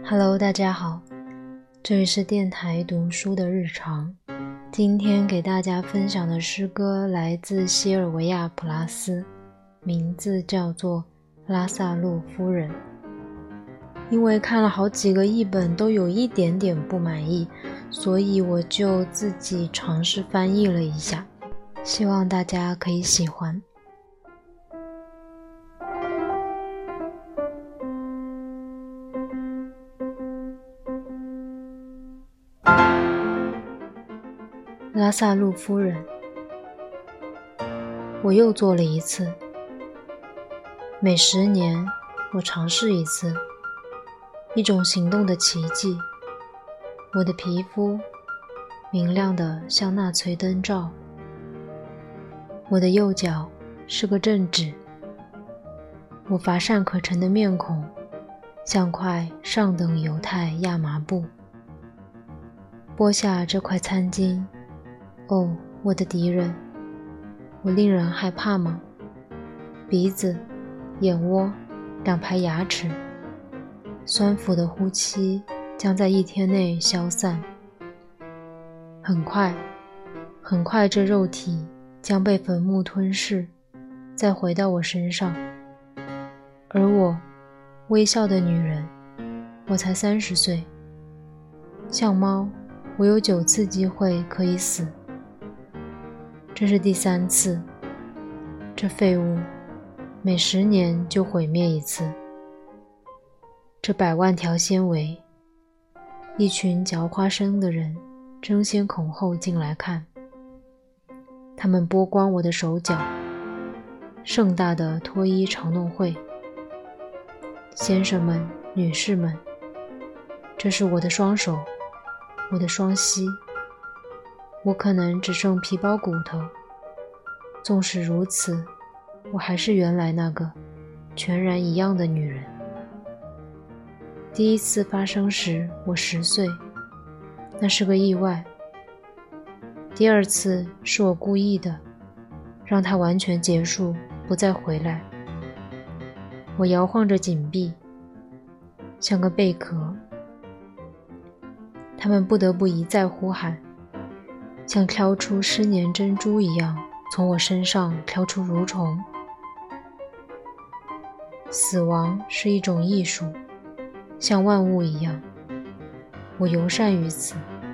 Hello， 大家好，这里是电台读书的日常。今天给大家分享的诗歌来自西尔维亚·普拉斯，名字叫做《拉萨路夫人》。因为看了好几个译本都有一点点不满意，所以我就自己尝试翻译了一下，希望大家可以喜欢。拉萨路夫人，我又做了一次。每10年我尝试一次，一种行动的奇迹。我的皮肤明亮的像纳粹灯罩，我的右脚是个正指，我乏善可陈的面孔像块上等犹太亚麻布。剥下这块餐巾，哦，我的敌人，我令人害怕吗？鼻子、眼窝、2排牙齿，酸腐的呼气将在1天内消散。很快，很快，这肉体将被坟墓吞噬，再回到我身上。而我，微笑的女人，我才30岁。像猫，我有9次机会可以死。这是第3次，这废物每10年就毁灭一次。这100万条纤维，一群嚼花生的人争先恐后进来看，他们剥光我的手脚，盛大的脱衣嘲弄会。先生们，女士们，这是我的双手，我的双膝，我可能只剩皮包骨头，纵使如此，我还是原来那个全然一样的女人。第1次发生时我10岁，那是个意外。第2次是我故意的，让它完全结束，不再回来。我摇晃着颈壁，像个贝壳。他们不得不一再呼喊，像挑出湿黏珍珠一样从我身上挑出蠕虫。死亡是一种艺术，像万物一样，我尤善于此。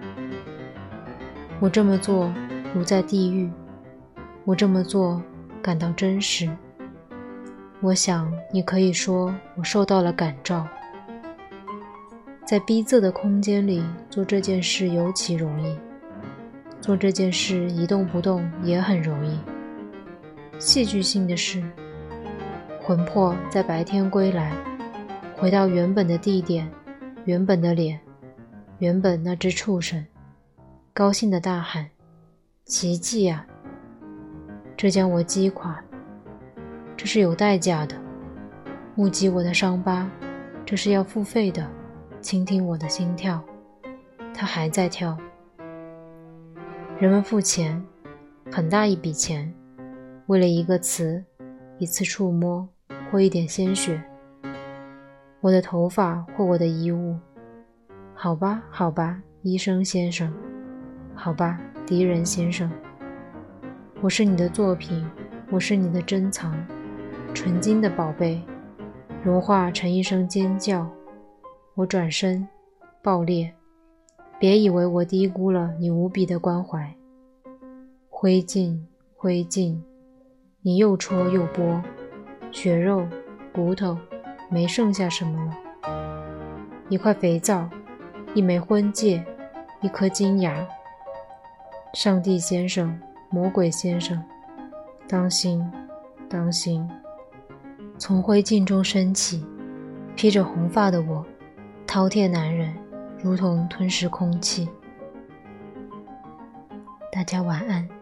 我这么做如在地狱，我这么做感到真实。我想你可以说我受到了感召。在逼仄的空间里做这件事尤其容易，做这件事一动不动也很容易。戏剧性的是，魂魄在白天归来，回到原本的地点，原本的脸，原本那只畜生，高兴地大喊：奇迹啊！这将我击垮，这是有代价的。目击我的伤疤，这是要付费的。倾听我的心跳，它还在跳。人们付钱，很大一笔钱，为了一个词，一次触摸，或一点鲜血。我的头发或我的衣物。好吧，好吧，医生先生，好吧，敌人先生。我是你的作品，我是你的珍藏，纯金的宝贝，融化成一声尖叫。我转身，爆裂，别以为我低估了你无比的关怀。灰烬，灰烬，你又戳又剥，血肉，骨头，没剩下什么了。一块肥皂，一枚婚戒，一颗金牙。上帝先生，魔鬼先生，当心，当心。从灰烬中升起，披着红发的我，饕餮男人如同吞噬空气。大家晚安。